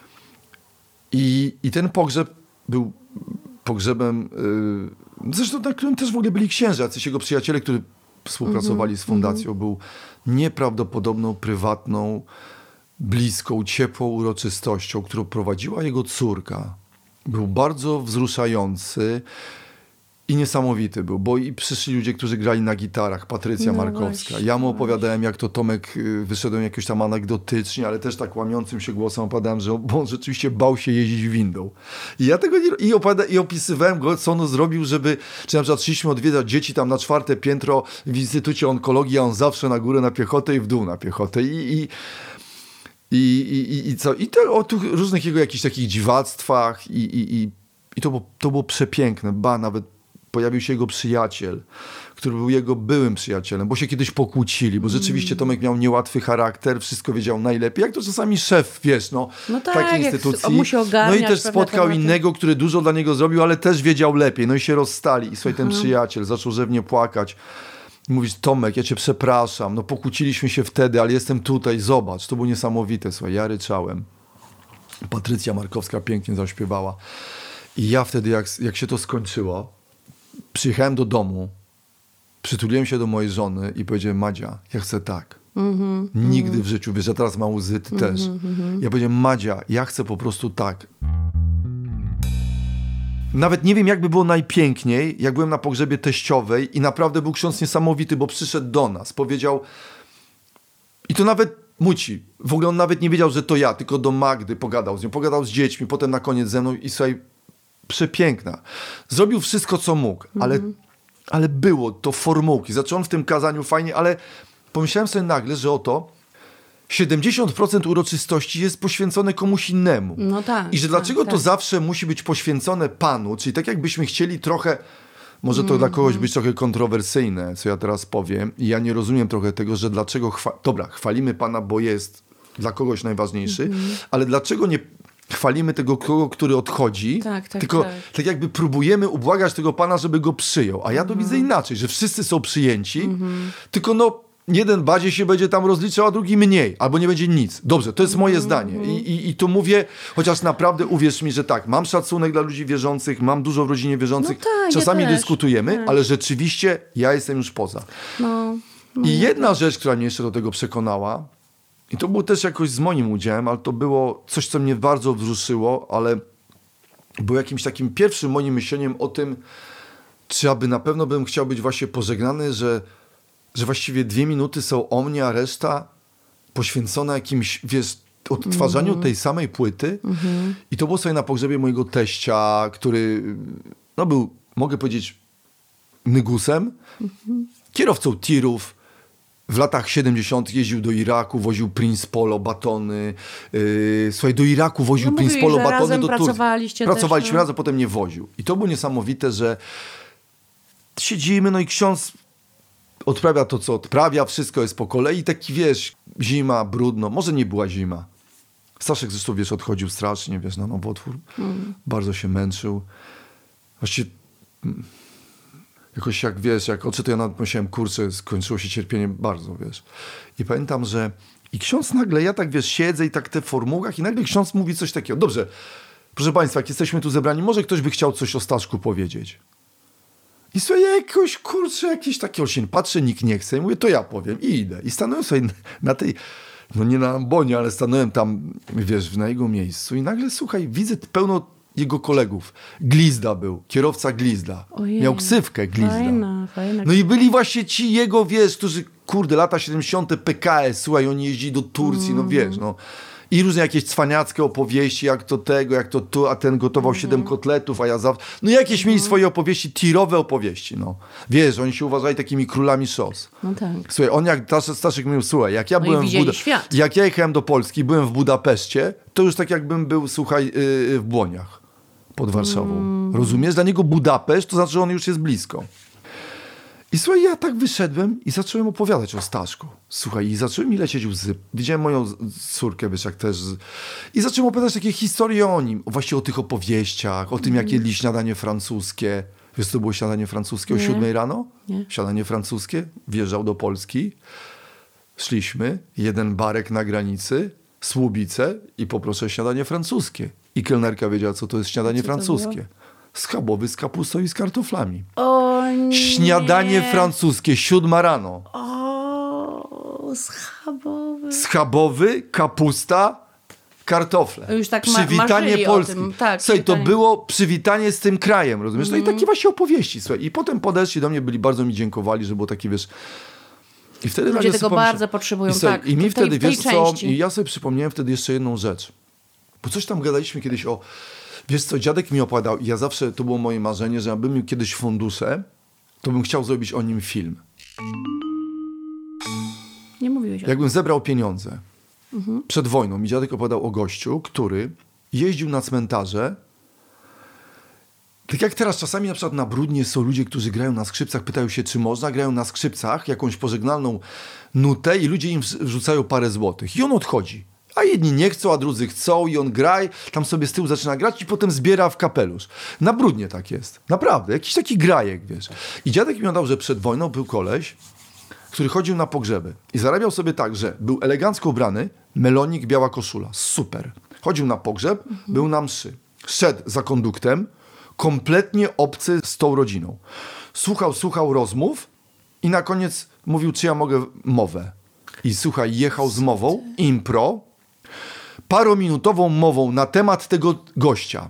I, I ten pogrzeb był pogrzebem, yy, zresztą na którym też w ogóle byli księża, jacyś jego przyjaciele, którzy współpracowali mm-hmm. z fundacją, mm-hmm. był nieprawdopodobną, prywatną, bliską, ciepłą uroczystością, którą prowadziła jego córka. Był bardzo wzruszający i niesamowity był, bo i przyszli ludzie, którzy grali na gitarach, Patrycja no Markowska. Właśnie, ja mu opowiadałem, jak to Tomek, wyszedłem jakoś tam anegdotycznie, ale też tak łamiącym się głosem opowiadałem, że on rzeczywiście bał się jeździć windą. I ja tego nie, i, opowiada, i opisywałem go, co on zrobił, żeby, czy na przykład szliśmy odwiedzać dzieci tam na czwarte piętro w Instytucie Onkologii, a on zawsze na górę na piechotę i w dół na piechotę. I, i I, i, i co? I to o tu różnych jego jakichś takich dziwactwach i, i, i, i to, było, to było przepiękne. Ba, nawet pojawił się jego przyjaciel, który był jego byłym przyjacielem, bo się kiedyś pokłócili, bo rzeczywiście Tomek miał niełatwy charakter, wszystko wiedział najlepiej, jak to czasami szef, wiesz, no, no tak, takiej instytucji. Musi ogarniać, no i też spotkał tematy. Innego, który dużo dla niego zrobił, ale też wiedział lepiej. No i się rozstali. I słuchaj, ten przyjaciel zaczął rzewnie płakać. Mówisz, Tomek, ja cię przepraszam, no pokłóciliśmy się wtedy, ale jestem tutaj, zobacz, to było niesamowite, słuchaj, ja ryczałem. Patrycja Markowska pięknie zaśpiewała. I ja wtedy, jak, jak się to skończyło, przyjechałem do domu, przytuliłem się do mojej żony i powiedziałem, Madzia, ja chcę tak. Mm-hmm, Nigdy mm. w życiu, wiesz, ja teraz mam łzy, ty mm-hmm, też. Mm-hmm. Ja powiedziałem, Madzia, ja chcę po prostu tak. Nawet nie wiem, jakby było najpiękniej, jak byłem na pogrzebie teściowej i naprawdę był ksiądz niesamowity, bo przyszedł do nas, powiedział, i to nawet Muci, w ogóle on nawet nie wiedział, że to ja, tylko do Magdy pogadał z nią, pogadał z dziećmi, potem na koniec ze mną i słuchaj, przepiękna. Zrobił wszystko, co mógł, mm-hmm. ale, ale było to formułki. Zacząłem w tym kazaniu fajnie, ale pomyślałem sobie nagle, że oto siedemdziesiąt procent uroczystości jest poświęcone komuś innemu. No tak, I że dlaczego tak, to tak. zawsze musi być poświęcone Panu, czyli tak jakbyśmy chcieli trochę, może to mm-hmm. dla kogoś być trochę kontrowersyjne, co ja teraz powiem, i ja nie rozumiem trochę tego, że dlaczego, chwa- dobra, chwalimy Pana, bo jest dla kogoś najważniejszy, mm-hmm. ale dlaczego nie chwalimy tego kogo, który odchodzi, tak, tak, tylko tak. tak jakby próbujemy ubłagać tego Pana, żeby go przyjął, a ja to mm-hmm. widzę inaczej, że wszyscy są przyjęci, mm-hmm. tylko no jeden bardziej się będzie tam rozliczał, a drugi mniej. Albo nie będzie nic. Dobrze, to jest moje mm-hmm. zdanie. I, i, I tu mówię, chociaż naprawdę uwierz mi, że tak, mam szacunek dla ludzi wierzących, mam dużo w rodzinie wierzących, no tak, czasami ja dyskutujemy, tak. ale rzeczywiście ja jestem już poza. No, no I ja jedna też. rzecz, która mnie jeszcze do tego przekonała, i to było też jakoś z moim udziałem, ale to było coś, co mnie bardzo wzruszyło, ale było jakimś takim pierwszym moim myśleniem o tym, czy aby na pewno bym chciał być właśnie pożegnany, że że właściwie dwie minuty są o mnie, a reszta poświęcona jakimś, wiesz, odtwarzaniu mm-hmm. tej samej płyty. Mm-hmm. I to było sobie na pogrzebie mojego teścia, który no był, mogę powiedzieć, nygusem, mm-hmm. kierowcą tirów. W latach siedemdziesiątych jeździł do Iraku, woził Prince Polo, batony. Yy, słuchaj, do Iraku woził no Prince mówili, Polo, batony do Turcji. Pracowaliście Pracowaliśmy też, no? razem, potem nie woził. I to było niesamowite, że siedzimy, no i ksiądz odprawia to, co odprawia, wszystko jest po kolei. Taki, wiesz, zima, brudno. Może nie była zima. Staszek zresztą, wiesz, odchodził strasznie, wiesz, na nowotwór. Mm. Bardzo się męczył. Właściwie jakoś jak, wiesz, jak odczytuję, ja nawet myślałem, kurczę, skończyło się cierpienie bardzo, wiesz. I pamiętam, że i ksiądz nagle, ja tak, wiesz, siedzę i tak te formułkach i nagle ksiądz mówi coś takiego. Dobrze, proszę państwa, jak jesteśmy tu zebrani, może ktoś by chciał coś o Staszku powiedzieć. I sobie jakoś, kurczę, jakieś takie olśnienie. Patrzę, nikt nie chce. I mówię, to ja powiem. I idę. I stanąłem sobie na tej, no nie na ambonie, ale stanąłem tam, wiesz, na jego miejscu. I nagle, słuchaj, widzę pełno jego kolegów. Glizda był, kierowca Glizda. Ojej, miał ksywkę Glizda. Fajna, fajna. No i byli właśnie ci jego, wiesz, którzy, kurde, lata siedemdziesiąte P K S, słuchaj, oni jeździli do Turcji, mm. no wiesz, no. I różne jakieś cwaniackie opowieści, jak to tego, jak to tu, a ten gotował mm. siedem kotletów, a ja zawsze... No jakieś mm. mieli swoje opowieści, tirowe opowieści, no. Wiesz, oni się uważali takimi królami szos. No tak. Słuchaj, on jak Staszek mówił, słuchaj, jak ja no byłem w Buda... świat. Jak ja jechałem do Polski, byłem w Budapeszcie, to już tak jakbym był, słuchaj, yy, w Błoniach pod Warszawą. Mm. Rozumiesz? Dla niego Budapeszt to znaczy, że on już jest blisko. I słuchaj, ja tak wyszedłem i zacząłem opowiadać o Staszku. Słuchaj, i zacząłem mi lecieć łzy. Widziałem moją córkę, wiesz, jak też... I zacząłem opowiadać takie historie o nim. Właściwie o tych opowieściach, o tym, jak jedli śniadanie francuskie. Wiesz, co było śniadanie francuskie o siódmej rano? Nie. Śniadanie francuskie. Wjeżdżał do Polski. Szliśmy. Jeden barek na granicy. Słubice i poproszę śniadanie francuskie. I kelnerka wiedziała, co to jest śniadanie co francuskie. Schabowy z kapustą i z kartoflami. O nie. Śniadanie francuskie, siódma rano. O, schabowy. Schabowy, kapusta, kartofle. Już tak przywitanie ma- Polski. Tak, słuchaj, przywitanie. to było przywitanie z tym krajem, rozumiesz? No mm. i takie właśnie opowieści. Słuchaj. I potem podeszli do mnie, byli bardzo mi dziękowali, że było takie, wiesz... I wtedy ludzie tego bardzo potrzebują, I, słuchaj, tak. I mi tej, wtedy, tej wiesz części. co, i ja sobie przypomniałem wtedy jeszcze jedną rzecz. Bo coś tam gadaliśmy kiedyś o... Wiesz co, dziadek mi opowiadał i ja zawsze, to było moje marzenie, że jakbym miał kiedyś fundusze, to bym chciał zrobić o nim film. Nie mówiłeś o Jakbym zebrał pieniądze. mhm. Przed wojną mi dziadek opowiadał o gościu, który jeździł na cmentarze. Tak jak teraz czasami na przykład na Brudnie są ludzie, którzy grają na skrzypcach, pytają się, czy można, grają na skrzypcach jakąś pożegnalną nutę i ludzie im wrzucają parę złotych. I on odchodzi. A jedni nie chcą, a drudzy chcą i on gra, tam sobie z tyłu zaczyna grać i potem zbiera w kapelusz. Na Brudnie tak jest. Naprawdę. Jakiś taki grajek, wiesz. I dziadek mi dał, że przed wojną był koleś, który chodził na pogrzeby i zarabiał sobie tak, że był elegancko ubrany, melonik, biała koszula. Super. Chodził na pogrzeb, mhm. był na mszy. Szedł za konduktem, kompletnie obcy z tą rodziną. Słuchał, słuchał rozmów i na koniec mówił, czy ja mogę mowę. I słuchaj, jechał z mową, impro, parominutową mową na temat tego gościa.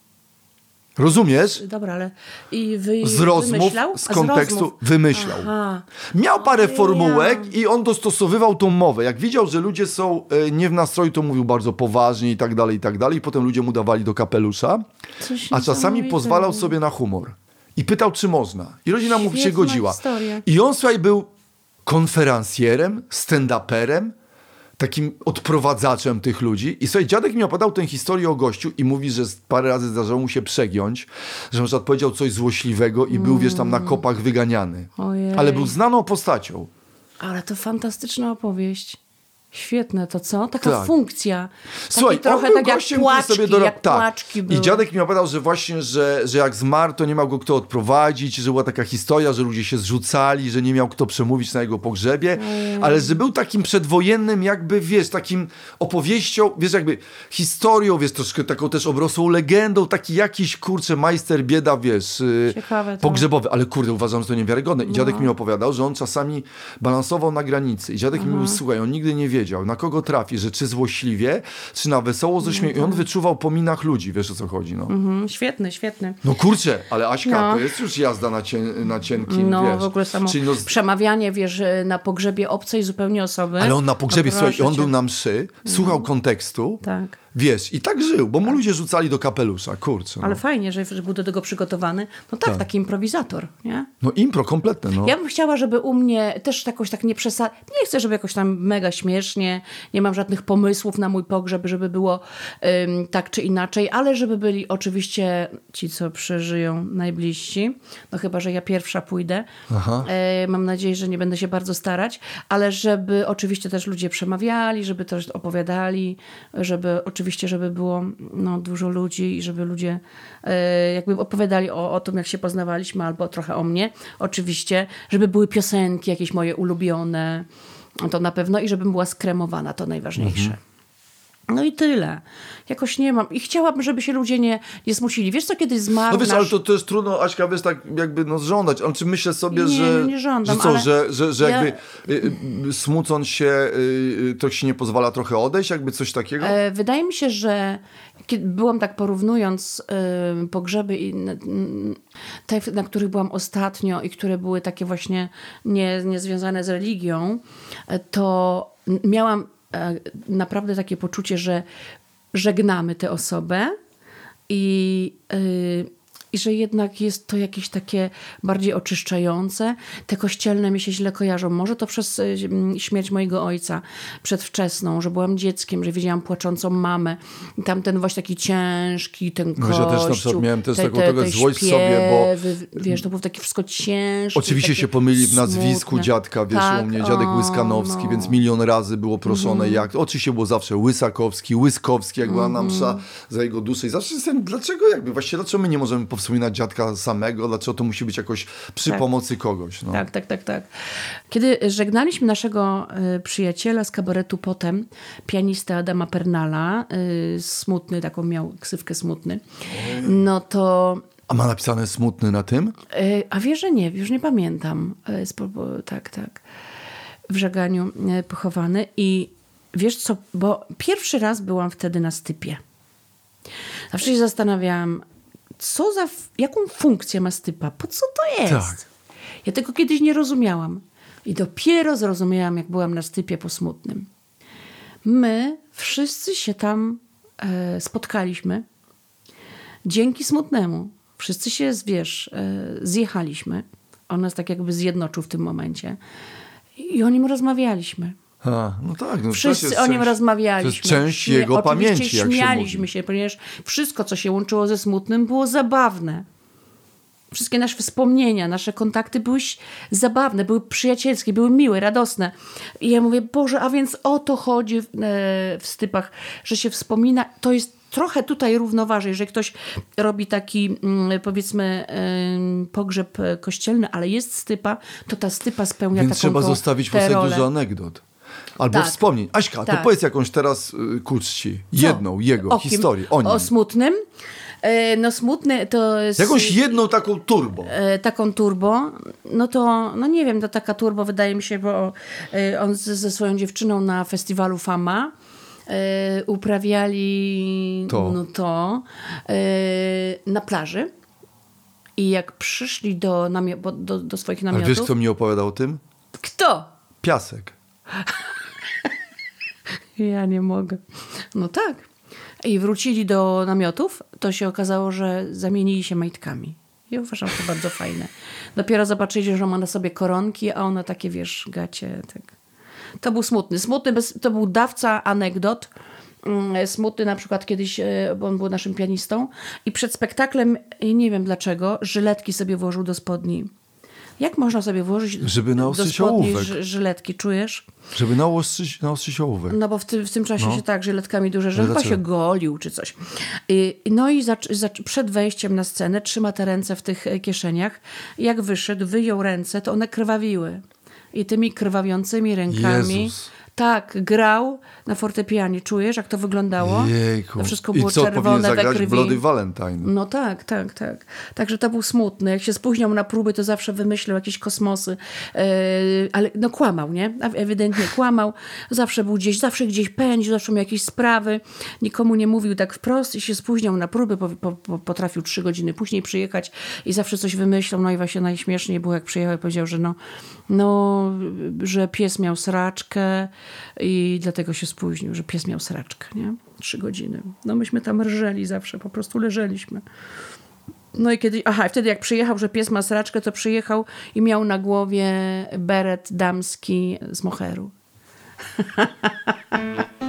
Rozumiesz? Dobra, ale i wy, z rozmów, wymyślał? z kontekstu z rozmów. wymyślał. Aha. Miał parę O, formułek ja. i on dostosowywał tą mowę. Jak widział, że ludzie są e, nie w nastroju, to mówił bardzo poważnie i tak dalej, i tak dalej. I potem ludzie mu dawali do kapelusza. Coś a czasami pozwalał sobie na humor. I pytał, czy można. I rodzina mu się godziła. Historia. I on, słuchaj, był konferencjerem, stand-uperem, takim odprowadzaczem tych ludzi. I słuchaj, dziadek mi opowiadał tę historię o gościu i mówi, że parę razy zdarzało mu się przegiąć, że na przykład powiedział coś złośliwego i był, mm. wiesz, tam na kopach wyganiany. Ojej. Ale był znaną postacią. Ale to fantastyczna opowieść. Świetne to, co? Taka tak. funkcja. Słuchaj, Taki trochę on był tak gościem, jak płaczki, sobie do... jak tak. płaczki były. I dziadek mi opowiadał, że właśnie, że, że jak zmarł, to nie miał go kto odprowadzić, że była taka historia, że ludzie się zrzucali, że nie miał kto przemówić na jego pogrzebie, mm. ale że był takim przedwojennym jakby, wiesz, takim opowieścią, wiesz, jakby historią, wiesz, troszkę taką też obrosłą legendą, taki jakiś, kurczę, majster bieda, wiesz, Ciekawe to. pogrzebowy, ale kurde, uważam, że to niewiarygodne. I no. dziadek mi opowiadał, że on czasami balansował na granicy i dziadek Aha. mi mówił, słuchaj, on nigdy nie wiedział, na kogo trafi, że czy złośliwie, czy na wesoło ze śmiechu. I on wyczuwał po minach ludzi, wiesz o co chodzi. No. Mhm, świetny, świetny. No kurczę, ale Aśka, no. to jest już jazda na, cien, na cienkim, no, wiesz. w ogóle samo no, przemawianie, wiesz, na pogrzebie obcej zupełnie osoby. Ale on na pogrzebie, no, słuchaj, on cię. był na mszy, słuchał mhm. kontekstu, tak. wiesz, i tak żył, bo mu ludzie rzucali do kapelusza, kurczę. No. Ale fajnie, że, że był do tego przygotowany. No tak, tak, taki improwizator, nie? No impro kompletne, no. Ja bym chciała, żeby u mnie też jakoś tak nie przesadnie, nie chcę, żeby jakoś tam mega śmiesznie, nie mam żadnych pomysłów na mój pogrzeb, żeby było um, tak czy inaczej, ale żeby byli oczywiście ci, co przeżyją, najbliżsi. No chyba, że ja pierwsza pójdę. Aha. E, mam nadzieję, że nie będę się bardzo starać, ale żeby oczywiście też ludzie przemawiali, żeby też opowiadali, żeby oczywiście, żeby było no, dużo ludzi i żeby ludzie e, jakby opowiadali o, o tym, jak się poznawaliśmy, albo trochę o mnie. Oczywiście, żeby były piosenki jakieś moje ulubione, to na pewno, i żebym była skremowana, to najważniejsze. Mhm. No i tyle. Jakoś nie mam. I chciałabym, żeby się ludzie nie, nie smucili. Wiesz co, kiedyś zmarł No wiesz, nasz... ale to, to jest trudno, Aśka, wiesz, tak jakby no żądać. Ale czy myślę sobie, nie, że... Nie, nie żądam, że co, ale... że, że, że ja... jakby y, y, smucąc się, y, to się nie pozwala trochę odejść? Jakby coś takiego? E, wydaje mi się, że kiedy byłam tak porównując y, pogrzeby, i, y, te, na których byłam ostatnio i które były takie właśnie nie, niezwiązane z religią, to miałam naprawdę takie poczucie, że żegnamy tę osobę i... Yy, I że jednak jest to jakieś takie bardziej oczyszczające. Te kościelne mi się źle kojarzą. Może to przez śmierć mojego ojca przedwczesną, że byłam dzieckiem, że widziałam płaczącą mamę. I tam ten właśnie taki ciężki, ten kościół. No, ja też na przykład miałem też te, taką te, trochę te złość śpiewy, sobie, bo... Wiesz, to było takie wszystko ciężkie. Oczywiście się pomyli w nazwisku smutne. dziadka, wiesz, tak, u mnie dziadek o, Łyskanowski, no. więc milion razy było proszone Mm. jak... Oczywiście było zawsze Łysakowski, Łyskowski, jak była nam msza za jego duszę. I zawsze jestem, dlaczego jakby, właściwie dlaczego my nie możemy powspominać dziadka samego, dlaczego to musi być jakoś przy tak. pomocy kogoś. No. Tak, tak, tak, tak. Kiedy żegnaliśmy naszego y, przyjaciela z kabaretu potem, pianistę Adama Pernala, y, smutny, taką miał ksywkę smutny, no to... A ma napisane smutny na tym? Y, a wiesz, że nie, już nie pamiętam. Y, spo, bo, tak, tak. W żeganiu y, pochowany i wiesz co, bo pierwszy raz byłam wtedy na stypie. Zawsze się zastanawiałam, co za, jaką funkcję ma stypa? Po co to jest? Tak. Ja tego kiedyś nie rozumiałam. I dopiero zrozumiałam, jak byłam na stypie po smutnym. My wszyscy się tam e, spotkaliśmy dzięki smutnemu. Wszyscy się, wiesz, e, zjechaliśmy. On nas tak jakby zjednoczył w tym momencie. I o nim rozmawialiśmy. A, no tak. No Wszyscy o nim część, rozmawialiśmy. To jest część jego Oczywiście pamięci, jak śmialiśmy się mówi. się, ponieważ wszystko, co się łączyło ze smutnym, było zabawne. Wszystkie nasze wspomnienia, nasze kontakty były zabawne, były przyjacielskie, były miłe, radosne. I ja mówię, Boże, a więc o to chodzi w, w stypach, że się wspomina. To jest trochę tutaj równoważy. Jeżeli ktoś robi taki, powiedzmy, pogrzeb kościelny, ale jest stypa, to ta stypa spełnia Więc taką trzeba tą, zostawić w tę sobie rolę. dużo anegdot. Albo Tak. wspomnień. Aśka, Tak. to powiedz jakąś teraz y, ku czci. Co? Jedną jego O kim? historię. O nim. O smutnym? E, No smutny to jest... Jakąś jedną taką turbo. e, Taką turbo, no to, no nie wiem, to taka turbo wydaje mi się, bo e, on z, ze swoją dziewczyną na festiwalu Fama e, uprawiali To. No to e, na plaży. I jak przyszli do, namio- do, do swoich Ale namiotów... wiesz, kto mi opowiadał o tym? Kto? Piasek. Ja nie mogę. No tak. I wrócili do namiotów, to się okazało, że zamienili się majtkami. Ja uważam to bardzo fajne. Dopiero zobaczyli, że ma na sobie koronki, a ona takie, wiesz, gacie. Tak. To był smutny. Smutny, bez, to był dawca anegdot. Smutny na przykład kiedyś, bo on był naszym pianistą i przed spektaklem, nie wiem dlaczego, żyletki sobie włożył do spodni. Jak można sobie włożyć Żeby do naostrzyć spodni ołówek. ż- żyletki, czujesz? Żeby naostrzyć, naostrzyć ołówek. No bo w, ty, w tym czasie No. się tak żyletkami duże, że chyba dlaczego? się golił czy coś. I, no i zac- zac- przed wejściem na scenę trzyma te ręce w tych e, kieszeniach. Jak wyszedł, wyjął ręce, to one krwawiły. I tymi krwawiącymi rękami... Jezus. Tak, grał na fortepianie. Czujesz, jak to wyglądało? Jejku. To wszystko było I co, powinien czerwone we zagrać krwi. Bloody Valentine? No tak, tak, tak. Także to był smutny. Jak się spóźniał na próby, to zawsze wymyślał jakieś kosmosy. Yy, ale no kłamał, nie? Ewidentnie kłamał. Zawsze był gdzieś, zawsze gdzieś pędził, zawsze miał jakieś sprawy. Nikomu nie mówił tak wprost i się spóźniał na próby. Po, po, po, potrafił trzy godziny później przyjechać i zawsze coś wymyślał. No i właśnie najśmieszniej było, jak przyjechał i powiedział, że no, no że pies miał sraczkę i dlatego się spóźnił, że pies miał sraczkę, nie? Trzy godziny. No myśmy tam rżeli zawsze, po prostu leżeliśmy. No i kiedy, aha, wtedy jak przyjechał, że pies ma sraczkę, to przyjechał i miał na głowie beret damski z moheru.